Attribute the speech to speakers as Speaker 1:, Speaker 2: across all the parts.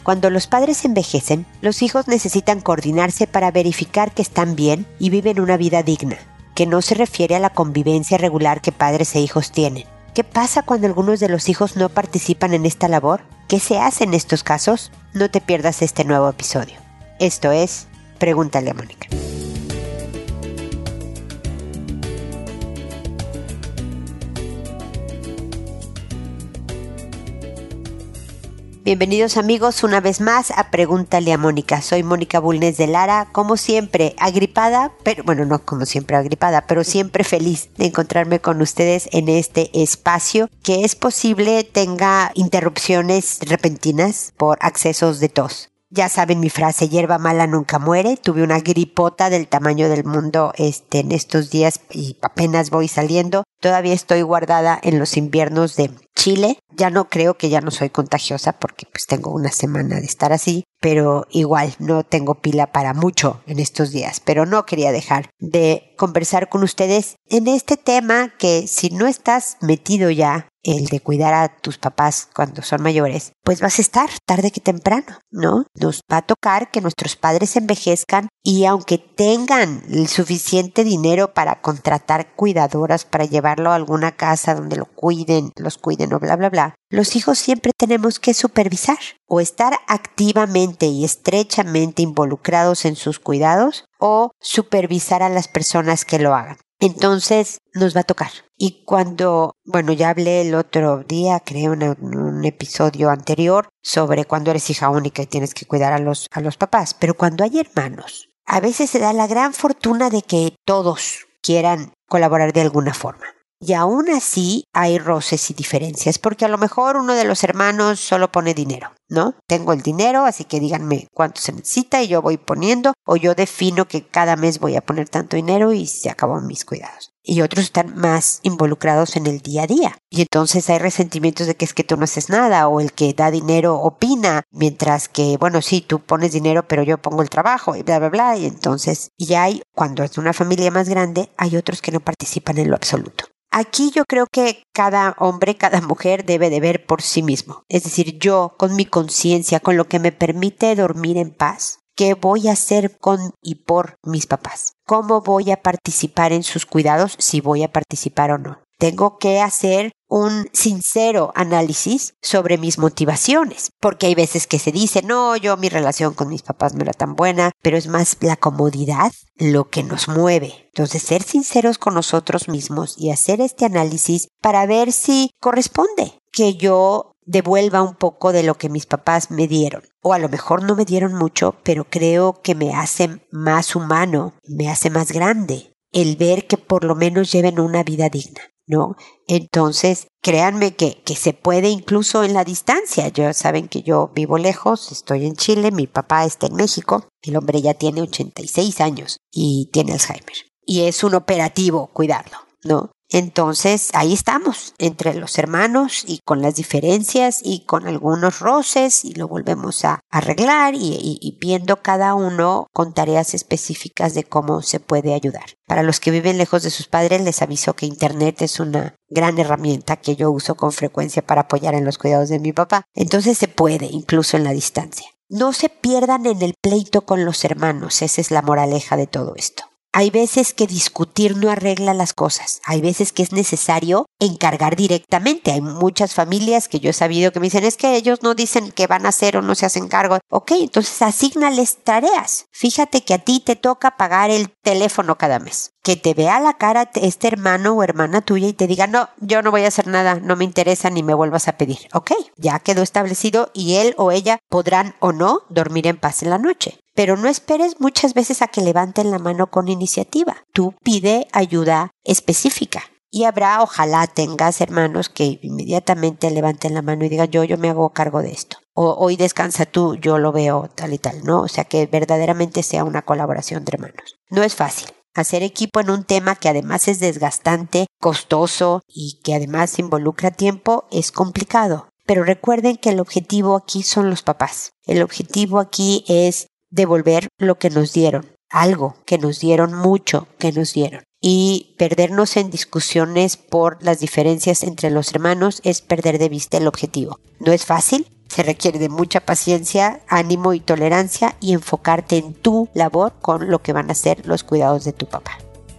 Speaker 1: Cuando los padres envejecen, los hijos necesitan coordinarse para verificar que están bien y viven una vida digna, que no se refiere a la convivencia regular que padres e hijos tienen. ¿Qué pasa cuando algunos de los hijos no participan en esta labor? ¿Qué se hace en estos casos? No te pierdas este nuevo episodio. Esto es Pregúntale a Mónica. Bienvenidos amigos una vez más a Pregúntale a Mónica. Soy Mónica Bulnes de Lara, como siempre agripada, pero bueno, no como siempre agripada, pero siempre feliz de encontrarme con ustedes en este espacio que es posible tenga interrupciones repentinas por accesos de tos. Ya saben mi frase, hierba mala nunca muere. Tuve una gripota del tamaño del mundo en estos días y apenas voy saliendo. Todavía estoy guardada en los inviernos de Chile. Ya no creo que ya no soy contagiosa porque pues tengo una semana de estar así, pero igual no tengo pila para mucho en estos días. Pero no quería dejar de conversar con ustedes en este tema que si no estás metido ya, el de cuidar a tus papás cuando son mayores, pues vas a estar tarde que temprano, ¿no? Nos va a tocar que nuestros padres envejezcan y aunque tengan el suficiente dinero para contratar cuidadoras para llevarlo a alguna casa donde los cuiden o bla, bla, bla, los hijos siempre tenemos que supervisar o estar activamente y estrechamente involucrados en sus cuidados o supervisar a las personas que lo hagan. Entonces nos va a tocar. Y cuando, ya hablé el otro día, creo en un episodio anterior, sobre cuando eres hija única y tienes que cuidar a los papás. Pero cuando hay hermanos, a veces se da la gran fortuna de que todos quieran colaborar de alguna forma. Y aún así hay roces y diferencias, porque a lo mejor uno de los hermanos solo pone dinero, ¿no? Tengo el dinero, así que díganme cuánto se necesita y yo voy poniendo, o yo defino que cada mes voy a poner tanto dinero y se acabó mis cuidados. Y otros están más involucrados en el día a día. Y entonces hay resentimientos de que es que tú no haces nada, o el que da dinero opina, mientras que, sí, tú pones dinero, pero yo pongo el trabajo, y bla, bla, bla. Y entonces, cuando es una familia más grande, hay otros que no participan en lo absoluto. Aquí yo creo que cada hombre, cada mujer debe de ver por sí mismo. Es decir, yo con mi conciencia, con lo que me permite dormir en paz, ¿qué voy a hacer con y por mis papás? ¿Cómo voy a participar en sus cuidados? Si voy a participar o no. Tengo que hacer un sincero análisis sobre mis motivaciones, porque hay veces que se dice, no, mi relación con mis papás no era tan buena, pero es más la comodidad lo que nos mueve. Entonces, ser sinceros con nosotros mismos y hacer este análisis para ver si corresponde que yo devuelva un poco de lo que mis papás me dieron. O a lo mejor no me dieron mucho, pero creo que me hace más humano, me hace más grande el ver que por lo menos lleven una vida digna, ¿no? Entonces, créanme que se puede incluso en la distancia. Ya saben que yo vivo lejos, estoy en Chile, mi papá está en México, el hombre ya tiene 86 años y tiene Alzheimer. Y es un operativo cuidarlo, ¿no? Entonces, ahí estamos, entre los hermanos y con las diferencias y con algunos roces y lo volvemos a arreglar y viendo cada uno con tareas específicas de cómo se puede ayudar. Para los que viven lejos de sus padres, les aviso que Internet es una gran herramienta que yo uso con frecuencia para apoyar en los cuidados de mi papá. Entonces se puede, incluso en la distancia. No se pierdan en el pleito con los hermanos, esa es la moraleja de todo esto. Hay veces que discutir no arregla las cosas. Hay veces que es necesario encargar directamente. Hay muchas familias que yo he sabido que me dicen, es que ellos no dicen qué van a hacer o no se hacen cargo. Ok, entonces asígnales tareas. Fíjate que a ti te toca pagar el teléfono cada mes. Que te vea la cara este hermano o hermana tuya y te diga, no, yo no voy a hacer nada, no me interesa ni me vuelvas a pedir. Ok, ya quedó establecido y él o ella podrán o no dormir en paz en la noche. Pero no esperes muchas veces a que levanten la mano con iniciativa. Tú pide ayuda específica. Y ojalá tengas hermanos que inmediatamente levanten la mano y digan, yo me hago cargo de esto. O hoy descansa tú, yo lo veo tal y tal, ¿no? O sea, que verdaderamente sea una colaboración de hermanos. No es fácil. Hacer equipo en un tema que además es desgastante, costoso y que además involucra tiempo es complicado. Pero recuerden que el objetivo aquí son los papás. El objetivo aquí es devolver lo que nos dieron, algo que nos dieron, mucho que nos dieron. Y perdernos en discusiones por las diferencias entre los hermanos es perder de vista el objetivo. No es fácil, Se requiere de mucha paciencia, ánimo y tolerancia y enfocarte en tu labor con lo que van a ser los cuidados de tu papá.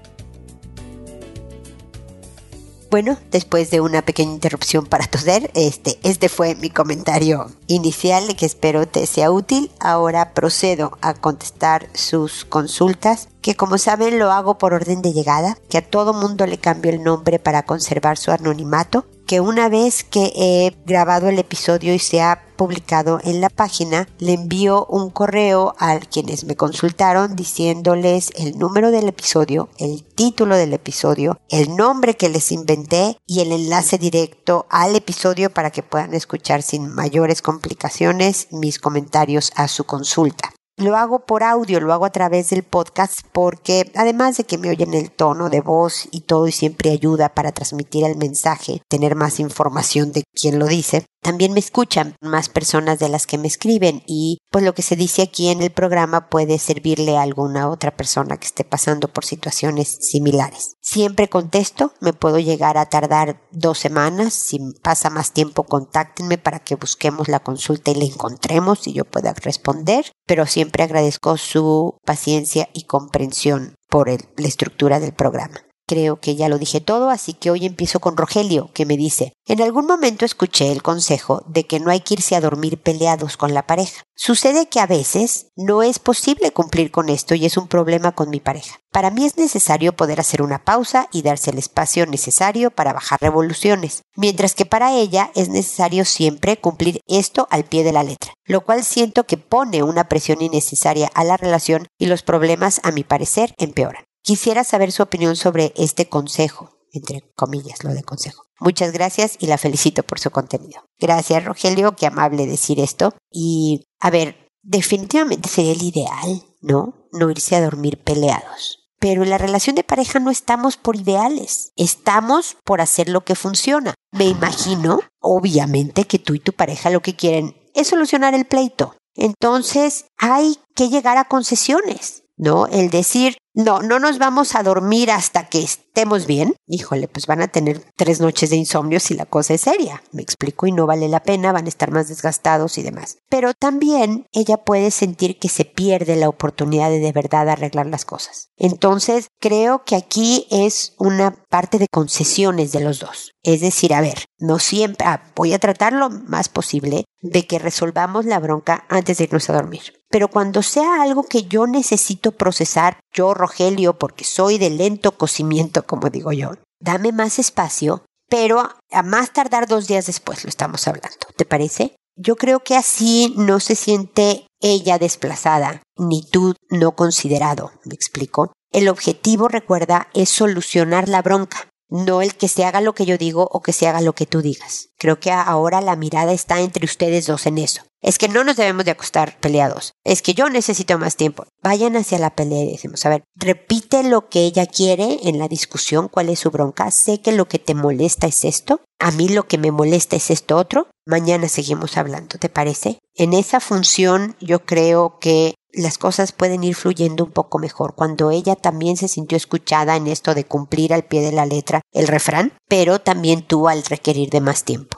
Speaker 1: Bueno, después de una pequeña interrupción para toser, este fue mi comentario inicial que espero te sea útil. Ahora procedo a contestar sus consultas, que como saben lo hago por orden de llegada, que a todo mundo le cambio el nombre para conservar su anonimato, que una vez que he grabado el episodio y se ha publicado en la página, le envío un correo a quienes me consultaron diciéndoles el número del episodio, el título del episodio, el nombre que les inventé y el enlace directo al episodio para que puedan escuchar sin mayores complicaciones mis comentarios a su consulta. Lo hago por audio, lo hago a través del podcast porque además de que me oyen el tono de voz y todo y siempre ayuda para transmitir el mensaje, tener más información de quién lo dice, también me escuchan más personas de las que me escriben y pues lo que se dice aquí en el programa puede servirle a alguna otra persona que esté pasando por situaciones similares. Siempre contesto, me puedo llegar a tardar 2 semanas, si pasa más tiempo contáctenme para que busquemos la consulta y la encontremos y yo pueda responder, pero siempre agradezco su paciencia y comprensión por la estructura del programa. Creo que ya lo dije todo, así que hoy empiezo con Rogelio, que me dice: en algún momento escuché el consejo de que no hay que irse a dormir peleados con la pareja. Sucede que a veces no es posible cumplir con esto y es un problema con mi pareja. Para mí es necesario poder hacer una pausa y darse el espacio necesario para bajar revoluciones, mientras que para ella es necesario siempre cumplir esto al pie de la letra, lo cual siento que pone una presión innecesaria a la relación y los problemas, a mi parecer, empeoran. Quisiera saber su opinión sobre este consejo, entre comillas lo de consejo. Muchas gracias y la felicito por su contenido. Gracias, Rogelio, qué amable decir esto. Y, a ver, definitivamente sería el ideal, ¿no? No irse a dormir peleados. Pero en la relación de pareja no estamos por ideales, estamos por hacer lo que funciona. Me imagino, obviamente, que tú y tu pareja lo que quieren es solucionar el pleito. Entonces, hay que llegar a concesiones, ¿no? El decir, no nos vamos a dormir hasta que estemos bien. Híjole, pues van a tener 3 noches de insomnio si la cosa es seria. Me explico, y no vale la pena, van a estar más desgastados y demás. Pero también ella puede sentir que se pierde la oportunidad de verdad arreglar las cosas. Entonces, creo que aquí es una parte de concesiones de los dos. Es decir, a ver, no siempre, voy a tratar lo más posible de que resolvamos la bronca antes de irnos a dormir. Pero cuando sea algo que yo necesito procesar, yo, Rogelio, porque soy de lento cocimiento, como digo yo, dame más espacio, pero a más tardar 2 días después lo estamos hablando. ¿Te parece? Yo creo que así no se siente ella desplazada, ni tú no considerado. ¿Me explico? El objetivo, recuerda, es solucionar la bronca. No el que se haga lo que yo digo o que se haga lo que tú digas. Creo que ahora la mirada está entre ustedes dos en eso. Es que no nos debemos de acostar peleados. Es que yo necesito más tiempo. Vayan hacia la pelea y decimos, a ver, repite lo que ella quiere en la discusión, cuál es su bronca. Sé que lo que te molesta es esto. A mí lo que me molesta es esto otro. Mañana seguimos hablando, ¿te parece? En esa función yo creo que las cosas pueden ir fluyendo un poco mejor cuando ella también se sintió escuchada en esto de cumplir al pie de la letra el refrán, pero también tú al requerir de más tiempo.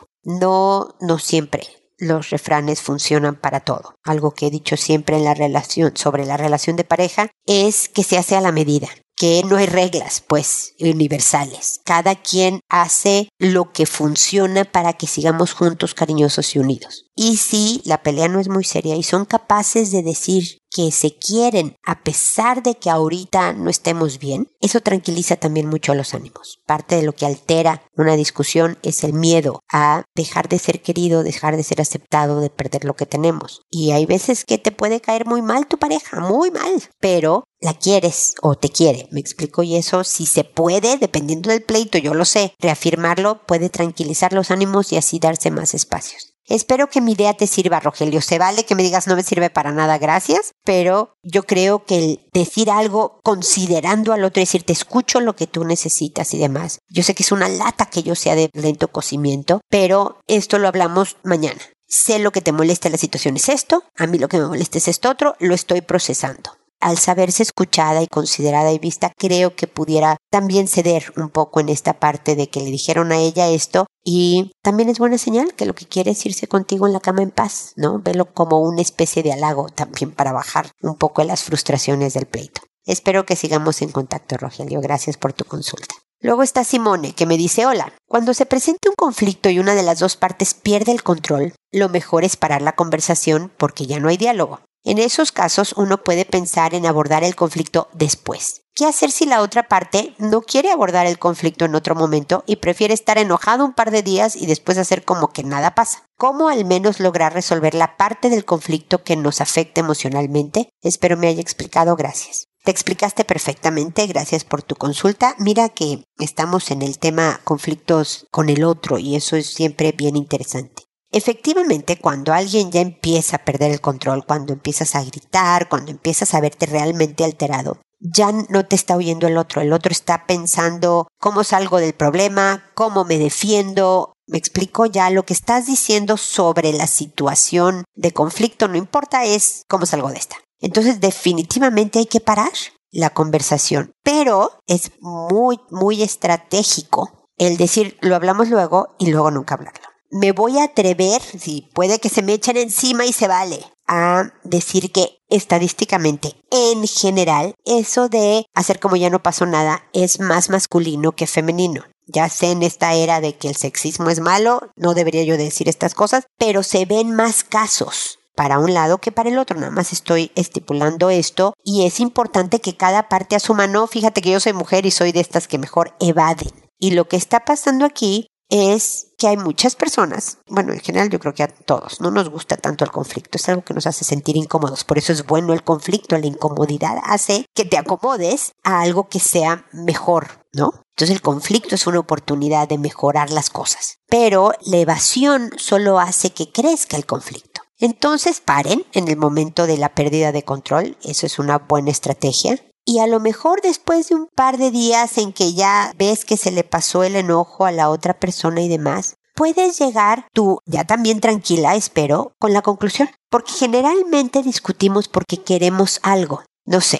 Speaker 1: No siempre los refranes funcionan para todo. Algo que he dicho siempre en la relación, sobre la relación de pareja, es que se hace a la medida, que no hay reglas, pues, universales. Cada quien hace lo que funciona para que sigamos juntos, cariñosos y unidos. Y si la pelea no es muy seria y son capaces de decir que se quieren a pesar de que ahorita no estemos bien, eso tranquiliza también mucho los ánimos. Parte de lo que altera una discusión es el miedo a dejar de ser querido, dejar de ser aceptado, de perder lo que tenemos. Y hay veces que te puede caer muy mal tu pareja, muy mal, pero la quieres o te quiere, me explico, y eso si se puede, dependiendo del pleito, yo lo sé, reafirmarlo puede tranquilizar los ánimos y así darse más espacios. Espero que mi idea te sirva, Rogelio. Se vale que me digas no me sirve para nada, gracias, pero yo creo que el decir algo considerando al otro, decir te escucho lo que tú necesitas y demás. Yo sé que es una lata que yo sea de lento cocimiento, pero esto lo hablamos mañana. Sé lo que te molesta en la situación es esto, a mí lo que me molesta es esto otro, lo estoy procesando. al saberse escuchada y considerada y vista, creo que pudiera también ceder un poco en esta parte de que le dijeron a ella esto. Y también es buena señal que lo que quiere es irse contigo en la cama en paz, ¿no? Velo como una especie de halago también para bajar un poco las frustraciones del pleito. Espero que sigamos en contacto, Rogelio. Gracias por tu consulta. Luego está Simone, que me dice: hola, cuando se presente un conflicto y una de las dos partes pierde el control, lo mejor es parar la conversación porque ya no hay diálogo. En esos casos uno puede pensar en abordar el conflicto después. ¿Qué hacer si la otra parte no quiere abordar el conflicto en otro momento y prefiere estar enojado un par de días y después hacer como que nada pasa? ¿Cómo al menos lograr resolver la parte del conflicto que nos afecta emocionalmente? Espero me haya explicado. Gracias. Te explicaste perfectamente, gracias por tu consulta. Mira que estamos en el tema conflictos con el otro y eso es siempre bien interesante. Efectivamente, cuando alguien ya empieza a perder el control, cuando empiezas a gritar, cuando empiezas a verte realmente alterado, ya no te está oyendo el otro está pensando cómo salgo del problema, cómo me defiendo. Me explico, ya lo que estás diciendo sobre la situación de conflicto, no importa, es cómo salgo de esta. Entonces definitivamente hay que parar la conversación, pero es muy, muy estratégico el decir lo hablamos luego y luego nunca hablarlo. Me voy a atrever, sí, puede que se me echen encima y se vale, a decir que estadísticamente, en general, eso de hacer como ya no pasó nada es más masculino que femenino. Ya sé en esta era de que el sexismo es malo, no debería yo decir estas cosas, pero se ven más casos para un lado que para el otro. Nada más estoy estipulando esto y es importante que cada parte asuma, no, fíjate que yo soy mujer y soy de estas que mejor evaden. Y lo que está pasando aquí es que hay muchas personas, bueno, en general yo creo que a todos no nos gusta tanto el conflicto, es algo que nos hace sentir incómodos, por eso es bueno el conflicto, la incomodidad hace que te acomodes a algo que sea mejor, ¿no? Entonces el conflicto es una oportunidad de mejorar las cosas, pero la evasión solo hace que crezca el conflicto. Entonces paren en el momento de la pérdida de control, eso es una buena estrategia. Y a lo mejor después de un par de días en que ya ves que se le pasó el enojo a la otra persona y demás, puedes llegar tú, ya también tranquila, espero, con la conclusión. Porque generalmente discutimos porque queremos algo. No sé,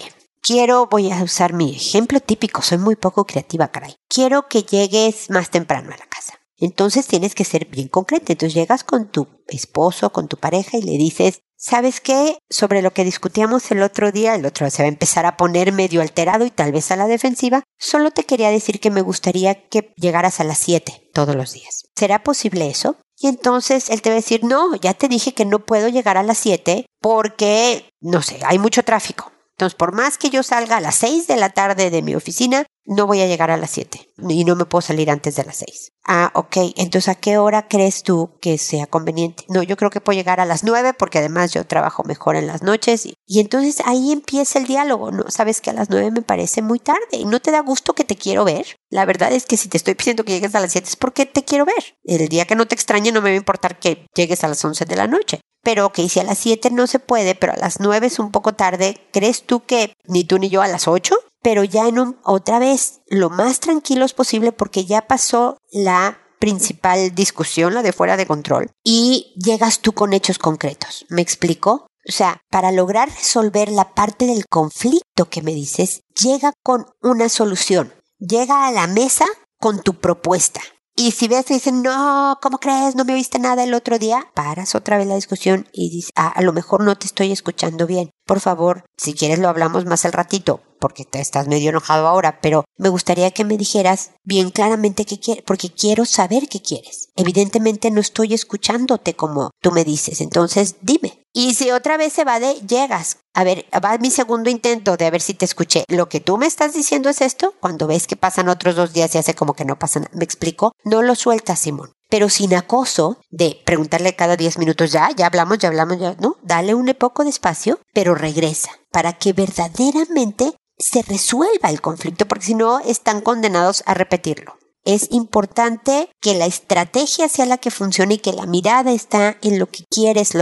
Speaker 1: voy a usar mi ejemplo típico, soy muy poco creativa, caray. Quiero que llegues más temprano a la casa. Entonces tienes que ser bien concreta. Entonces llegas con tu esposo, con tu pareja y le dices: ¿sabes qué? Sobre lo que discutíamos el otro día se va a empezar a poner medio alterado y tal vez a la defensiva. Solo te quería decir que me gustaría que llegaras a las 7 todos los días. ¿Será posible eso? Y entonces él te va a decir: no, ya te dije que no puedo llegar a las 7 porque, no sé, hay mucho tráfico. Entonces, por más que yo salga a las 6 de la tarde de mi oficina, no voy a llegar a las 7 y no me puedo salir antes de las 6. Ah, ok. Entonces, ¿a qué hora crees tú que sea conveniente? No, yo creo que puedo llegar a las 9 porque además yo trabajo mejor en las noches. Y entonces ahí empieza el diálogo, ¿no? Sabes que a las 9 me parece muy tarde y no te da gusto que te quiero ver. La verdad es que si te estoy pidiendo que llegues a las 7 es porque te quiero ver. El día que no te extrañe no me va a importar que llegues a las 11 de la noche. Pero ok, si a las 7 no se puede, pero a las 9 es un poco tarde, ¿crees tú que ni tú ni yo a las 8? Pero ya otra vez, lo más tranquilos posible porque ya pasó la principal discusión, la de fuera de control, y llegas tú con hechos concretos. ¿Me explico? O sea, para lograr resolver la parte del conflicto que me dices, llega con una solución. Llega a la mesa con tu propuesta. Y si ves y dicen: no, ¿cómo crees? No me oíste nada el otro día. Paras otra vez la discusión y dices: a lo mejor no te estoy escuchando bien. Por favor, si quieres lo hablamos más al ratito, porque te estás medio enojado ahora, pero me gustaría que me dijeras bien claramente qué quieres, porque quiero saber qué quieres. Evidentemente no estoy escuchándote como tú me dices, entonces dime. Y si otra vez se evade, llegas. A ver, va mi segundo intento de a ver si te escuché. Lo que tú me estás diciendo es esto. Cuando ves que pasan otros 2 días y hace como que no pasa nada. ¿Me explico? No lo sueltas, Simón. Pero sin acoso de preguntarle cada 10 minutos, ya hablamos, no. Dale un poco de espacio, pero regresa para que verdaderamente se resuelva el conflicto, porque si no están condenados a repetirlo. Es importante que la estrategia sea la que funcione y que la mirada está en lo que quieres lograr.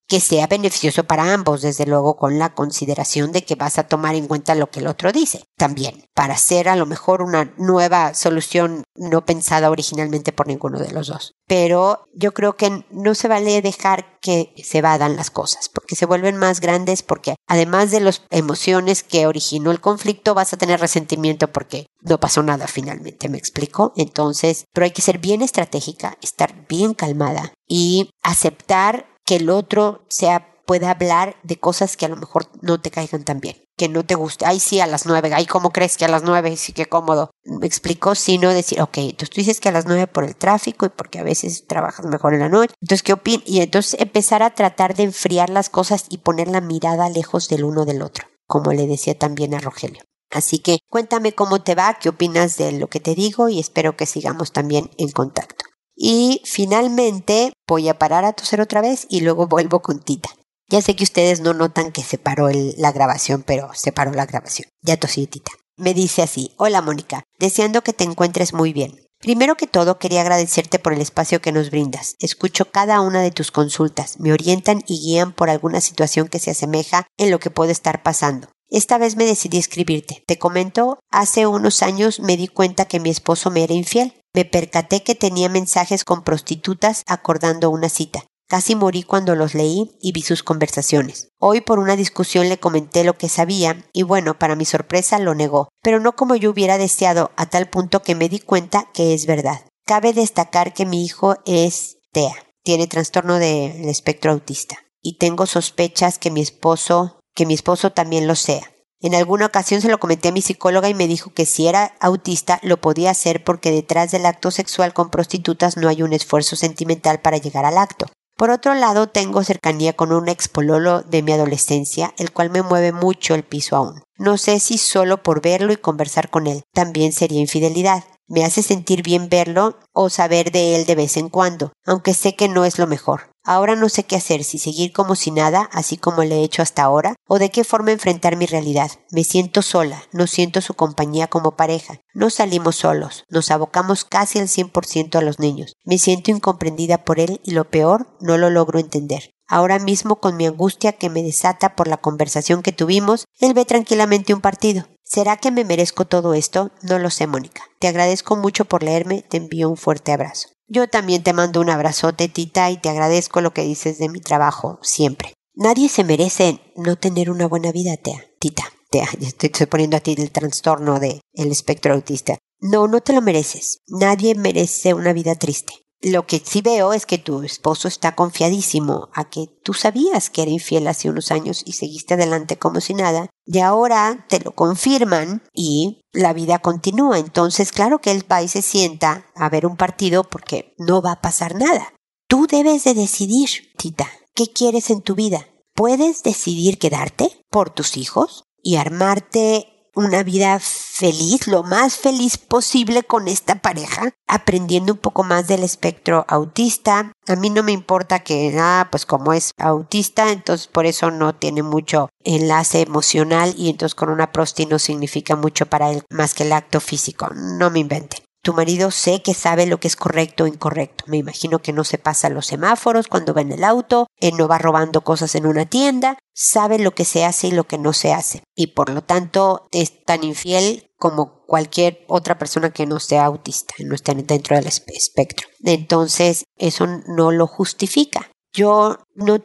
Speaker 1: que sea beneficioso para ambos, desde luego con la consideración de que vas a tomar en cuenta lo que el otro dice también, para hacer a lo mejor una nueva solución no pensada originalmente por ninguno de los dos. Pero yo creo que no se vale dejar que se vadan las cosas, porque se vuelven más grandes, porque además de las emociones que originó el conflicto, vas a tener resentimiento porque no pasó nada finalmente, ¿me explico? Entonces, pero hay que ser bien estratégica, estar bien calmada y aceptar que el otro pueda hablar de cosas que a lo mejor no te caigan tan bien, que no te guste. Ay, sí, a las 9. Ay, ¿cómo crees que a las 9? Sí, qué cómodo. ¿Me explico? Sino decir, ok, entonces tú dices que a las 9 por el tráfico y porque a veces trabajas mejor en la noche. Entonces, ¿qué opinas? Y entonces empezar a tratar de enfriar las cosas y poner la mirada lejos del uno del otro, como le decía también a Rogelio. Así que cuéntame cómo te va, qué opinas de lo que te digo y espero que sigamos también en contacto. Y finalmente voy a parar a toser otra vez y luego vuelvo con Tita. Ya sé que ustedes no notan que se paró la grabación, pero se paró la grabación. Ya tosí, Tita. Me dice así: hola Mónica, deseando que te encuentres muy bien. Primero que todo quería agradecerte por el espacio que nos brindas. Escucho cada una de tus consultas, me orientan y guían por alguna situación que se asemeja en lo que puede estar pasando. Esta vez me decidí escribirte. Te comento, hace unos años me di cuenta que mi esposo me era infiel. Me percaté que tenía mensajes con prostitutas acordando una cita. Casi morí cuando los leí y vi sus conversaciones. Hoy por una discusión le comenté lo que sabía y bueno, para mi sorpresa lo negó, pero no como yo hubiera deseado, a tal punto que me di cuenta que es verdad. Cabe destacar que mi hijo es TEA, tiene trastorno del espectro autista y tengo sospechas que mi esposo también lo sea. En alguna ocasión se lo comenté a mi psicóloga y me dijo que si era autista lo podía hacer porque detrás del acto sexual con prostitutas no hay un esfuerzo sentimental para llegar al acto. Por otro lado, tengo cercanía con un expololo de mi adolescencia, el cual me mueve mucho el piso aún. No sé si solo por verlo y conversar con él también sería infidelidad. Me hace sentir bien verlo o saber de él de vez en cuando, aunque sé que no es lo mejor. Ahora no sé qué hacer, si seguir como si nada, así como le he hecho hasta ahora, o de qué forma enfrentar mi realidad. Me siento sola, no siento su compañía como pareja. No salimos solos, nos abocamos casi al 100% a los niños. Me siento incomprendida por él y lo peor, no lo logro entender. Ahora mismo, con mi angustia que me desata por la conversación que tuvimos, él ve tranquilamente un partido. ¿Será que me merezco todo esto? No lo sé, Mónica. Te agradezco mucho por leerme, te envío un fuerte abrazo. Yo también te mando un abrazote, Tita, y te agradezco lo que dices de mi trabajo, siempre. Nadie se merece no tener una buena vida, Tita, estoy poniendo a ti el trastorno del espectro autista. No te lo mereces. Nadie merece una vida triste. Lo que sí veo es que tu esposo está confiadísimo a que tú sabías que era infiel hace unos años y seguiste adelante como si nada, y ahora te lo confirman y la vida continúa. Entonces, claro que él va y se sienta a ver un partido porque no va a pasar nada. Tú debes de decidir, Tita, qué quieres en tu vida. Puedes decidir quedarte por tus hijos y armarte una vida feliz, lo más feliz posible con esta pareja, aprendiendo un poco más del espectro autista. A mí no me importa que, pues como es autista, entonces por eso no tiene mucho enlace emocional y entonces con una prosti no significa mucho para él más que el acto físico. No me inventen. Tu marido sé que sabe lo que es correcto o incorrecto. Me imagino que no se pasa los semáforos cuando va en el auto, no va robando cosas en una tienda, sabe lo que se hace y lo que no se hace. Y por lo tanto es tan infiel como cualquier otra persona que no sea autista, no esté dentro del espectro. Entonces eso no lo justifica. Yo no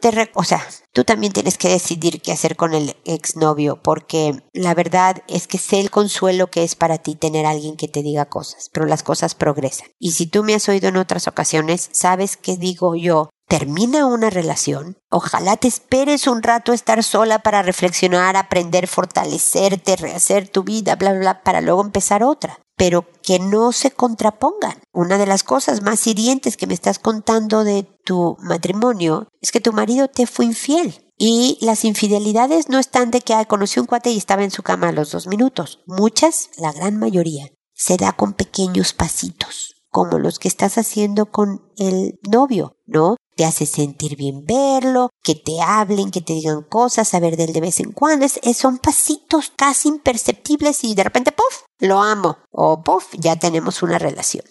Speaker 1: tú también tienes que decidir qué hacer con el exnovio, porque la verdad es que sé el consuelo que es para ti tener a alguien que te diga cosas, pero las cosas progresan. Y si tú me has oído en otras ocasiones, sabes que digo yo, termina una relación, ojalá te esperes un rato a estar sola para reflexionar, aprender, fortalecerte, rehacer tu vida, bla, bla, bla, para luego empezar otra. Pero que no se contrapongan. Una de las cosas más hirientes que me estás contando de tu matrimonio es que tu marido te fue infiel. Y las infidelidades no están de que conocí un cuate y estaba en su cama a los 2 minutos. Muchas, la gran mayoría, se da con pequeños pasitos, como los que estás haciendo con el novio, ¿no? Te hace sentir bien verlo, que te hablen, que te digan cosas, saber de él de vez en cuando. Son pasitos casi imperceptibles y de repente, ¡puf!, lo amo. O ¡puf!, ya tenemos una relación.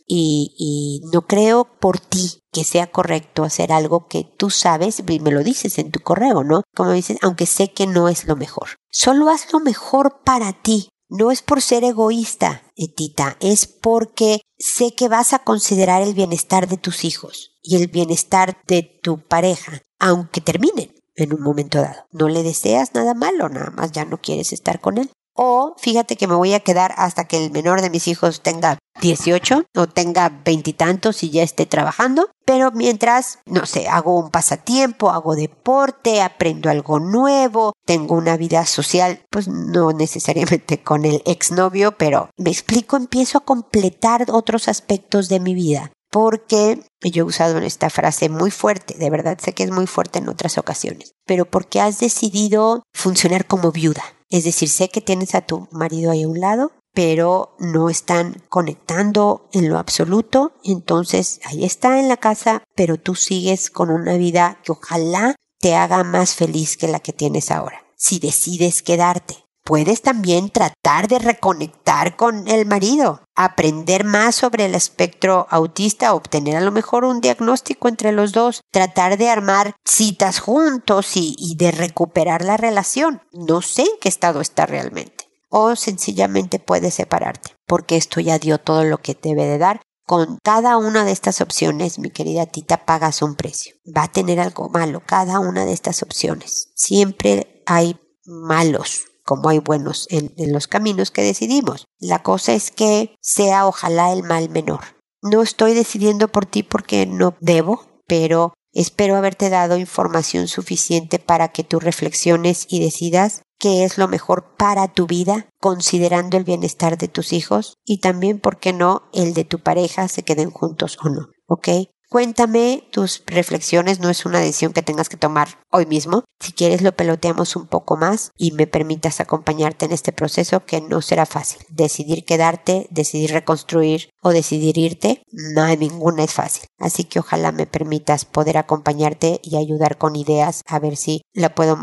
Speaker 1: Y no creo por ti que sea correcto hacer algo que tú sabes, y me lo dices en tu correo, ¿no? Como dices, aunque sé que no es lo mejor. Solo haz lo mejor para ti. No es por ser egoísta, Tita, es porque sé que vas a considerar el bienestar de tus hijos y el bienestar de tu pareja, aunque terminen en un momento dado. No le deseas nada malo, nada más ya no quieres estar con él. O fíjate que me voy a quedar hasta que el menor de mis hijos tenga 18 o tenga 20 y tantos y ya esté trabajando. Pero mientras, no sé, hago un pasatiempo, hago deporte, aprendo algo nuevo, tengo una vida social, pues no necesariamente con el exnovio, pero me explico, empiezo a completar otros aspectos de mi vida. Porque yo he usado esta frase muy fuerte, de verdad sé que es muy fuerte en otras ocasiones, pero porque has decidido funcionar como viuda. Es decir, sé que tienes a tu marido ahí a un lado, pero no están conectando en lo absoluto, entonces ahí está en la casa, pero tú sigues con una vida que ojalá te haga más feliz que la que tienes ahora, si decides quedarte. Puedes también tratar de reconectar con el marido, aprender más sobre el espectro autista, obtener a lo mejor un diagnóstico entre los dos, tratar de armar citas juntos y de recuperar la relación. No sé en qué estado está realmente. O sencillamente puedes separarte, porque esto ya dio todo lo que debe de dar. Con cada una de estas opciones, mi querida Tita, pagas un precio. Va a tener algo malo cada una de estas opciones. Siempre hay malos, como hay buenos en los caminos que decidimos. La cosa es que sea ojalá el mal menor. No estoy decidiendo por ti porque no debo, pero espero haberte dado información suficiente para que tú reflexiones y decidas qué es lo mejor para tu vida, considerando el bienestar de tus hijos y también, ¿por qué no?, el de tu pareja, se queden juntos o no, ¿ok? Cuéntame tus reflexiones, no es una decisión que tengas que tomar hoy mismo. Si quieres lo peloteamos un poco más y me permitas acompañarte en este proceso que no será fácil. Decidir quedarte, decidir reconstruir o decidir irte, no hay ninguna es fácil. Así que ojalá me permitas poder acompañarte y ayudar con ideas a ver si la puedo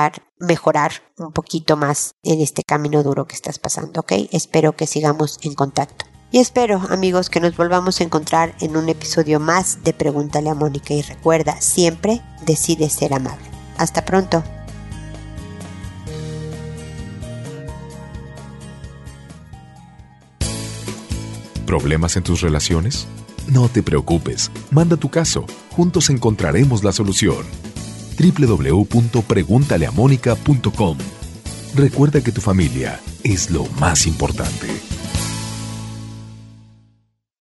Speaker 1: mejorar un poquito más en este camino duro que estás pasando, ¿ok? Espero que sigamos en contacto. Y espero, amigos, que nos volvamos a encontrar en un episodio más de Pregúntale a Mónica. Y recuerda, siempre decide ser amable. Hasta pronto.
Speaker 2: ¿Problemas en tus relaciones? No te preocupes. Manda tu caso. Juntos encontraremos la solución. www.preguntaleamónica.com. Recuerda que tu familia es lo más importante.